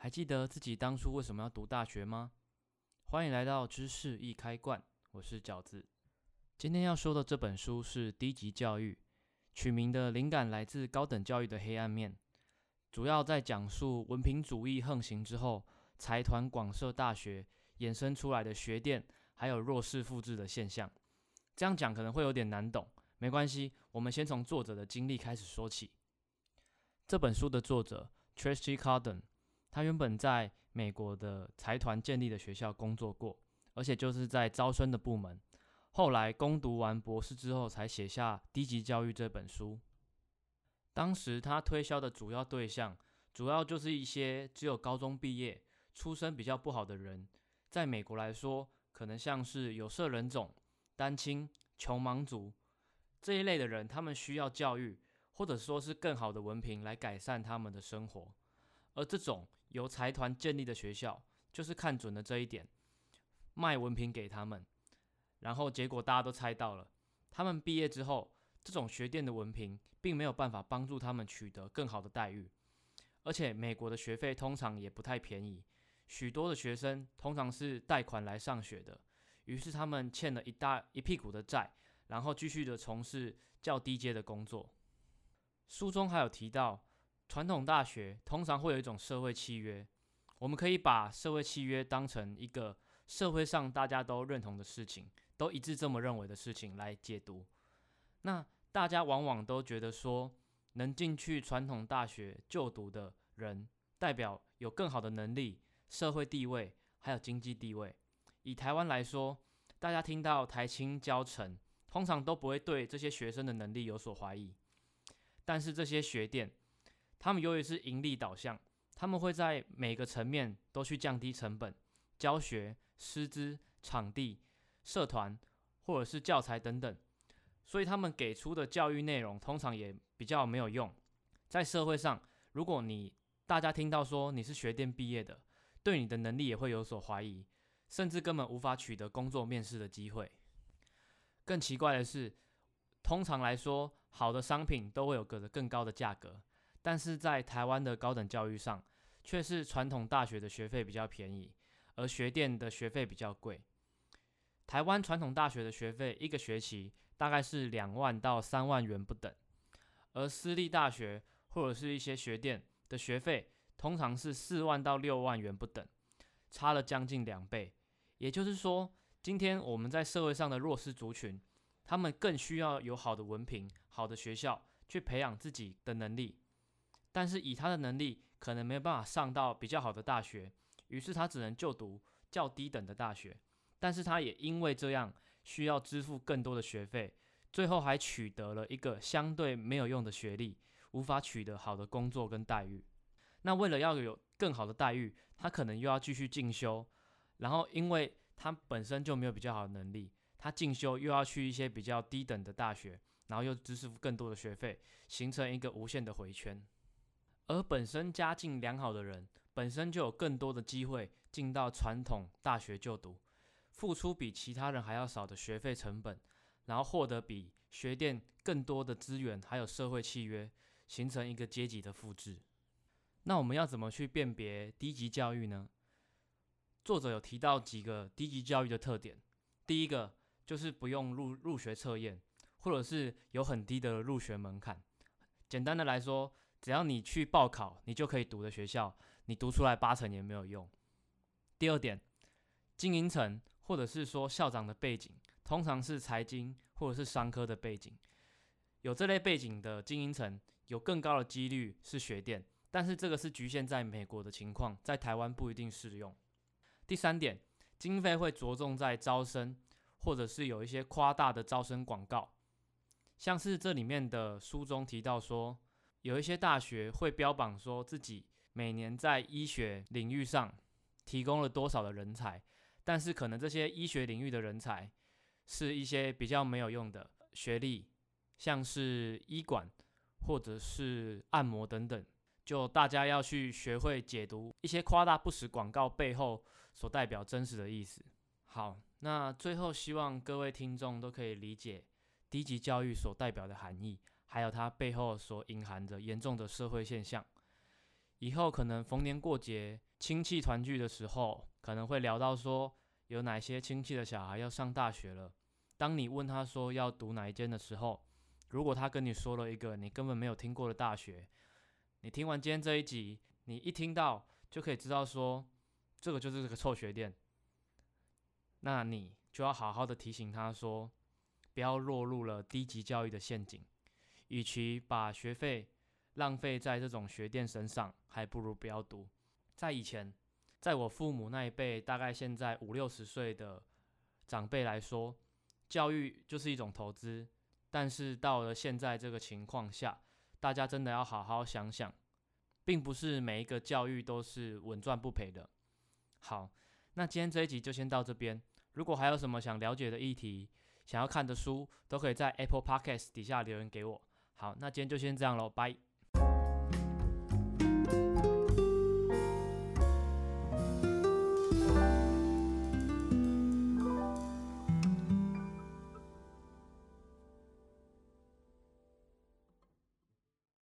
还记得自己当初为什么要读大学吗？欢迎来到知识易开罐，我是饺子。今天要说的这本书是低级教育，取名的灵感来自高等教育的黑暗面，主要在讲述文凭主义横行之后，财团广设大学衍生出来的学店，还有弱势复制的现象。这样讲可能会有点难懂，没关系，我们先从作者的经历开始说起。这本书的作者 Tracy Carden， 他原本在美国的财团建立的学校工作过，而且就是在招生的部门。后来攻读完博士之后，才写下《低级教育》这本书。当时他推销的主要对象，主要就是一些只有高中毕业、出身比较不好的人。在美国来说，可能像是有色人种、单亲、穷忙族这一类的人，他们需要教育，或者说是更好的文凭来改善他们的生活。而这种由财团建立的学校，就是看准了这一点，卖文凭给他们。然后结果大家都猜到了，他们毕业之后，这种学店的文凭并没有办法帮助他们取得更好的待遇，而且美国的学费通常也不太便宜，许多的学生通常是贷款来上学的，于是他们欠了一屁股的债，然后继续的从事较低阶的工作。书中还有提到，传统大学通常会有一种社会契约，我们可以把社会契约当成一个社会上大家都认同的事情，都一致这么认为的事情来解读。那大家往往都觉得说，能进去传统大学就读的人，代表有更好的能力、社会地位，还有经济地位。以台湾来说，大家听到台清交成，通常都不会对这些学生的能力有所怀疑。但是这些学店，他们由于是盈利导向，他们会在每个层面都去降低成本，教学、师资、场地、社团或者是教材等等，所以他们给出的教育内容通常也比较没有用。在社会上，如果大家听到说你是学店毕业的，对你的能力也会有所怀疑，甚至根本无法取得工作面试的机会。更奇怪的是，通常来说，好的商品都会有个更高的价格，但是在台湾的高等教育上，却是传统大学的学费比较便宜，而学店的学费比较贵。台湾传统大学的学费一个学期大概是2万到3万元不等，而私立大学或者是一些学店的学费通常是4万到6万元不等，差了将近2倍。也就是说，今天我们在社会上的弱势族群，他们更需要有好的文凭、好的学校去培养自己的能力，但是以他的能力可能没有办法上到比较好的大学，于是他只能就读较低等的大学，但是他也因为这样需要支付更多的学费，最后还取得了一个相对没有用的学历，无法取得好的工作跟待遇。那为了要有更好的待遇，他可能又要继续进修，然后因为他本身就没有比较好的能力，他进修又要去一些比较低等的大学，然后又支付更多的学费，形成一个无限的回圈。而本身家境良好的人，本身就有更多的机会进到传统大学就读，付出比其他人还要少的学费成本，然后获得比学店更多的资源，还有社会契约，形成一个阶级的复制。那我们要怎么去辨别低级教育呢？作者有提到几个低级教育的特点。第一个就是不用入学测验，或者是有很低的入学门槛。简单的来说，只要你去报考，你就可以读的学校，你读出来80%也没有用。第二点，经营层或者是说校长的背景，通常是财经或者是商科的背景。有这类背景的经营层，有更高的几率是学店，但是这个是局限在美国的情况，在台湾不一定适用。第三点，经费会着重在招生，或者是有一些夸大的招生广告，像是这里面的书中提到说，有一些大学会标榜说自己每年在医学领域上提供了多少的人才，但是可能这些医学领域的人才是一些比较没有用的学历，像是医管或者是按摩等等，就大家要去学会解读一些夸大不实广告背后所代表真实的意思。好，那最后希望各位听众都可以理解低级教育所代表的含义，还有它背后所隐含着严重的社会现象。以后可能逢年过节、 亲戚团聚的时候，可能会聊到说有哪些亲戚的小孩要上大学了。当你问他说要读哪一间的时候，如果他跟你说了一个你根本没有听过的大学，你听完今天这一集，你一听到就可以知道说这个就是这个臭学店，那你就要好好的提醒他说，不要落入了低级教育的陷阱。与其把学费浪费在这种学店身上，还不如不要读。在以前，在我父母那一辈，大概现在50-60岁的长辈来说，教育就是一种投资。但是到了现在这个情况下，大家真的要好好想想，并不是每一个教育都是稳赚不赔的。好，那今天这一集就先到这边。如果还有什么想了解的议题，想要看的书，都可以在 Apple Podcast 底下留言给我。好，那今天就先这样咯，拜。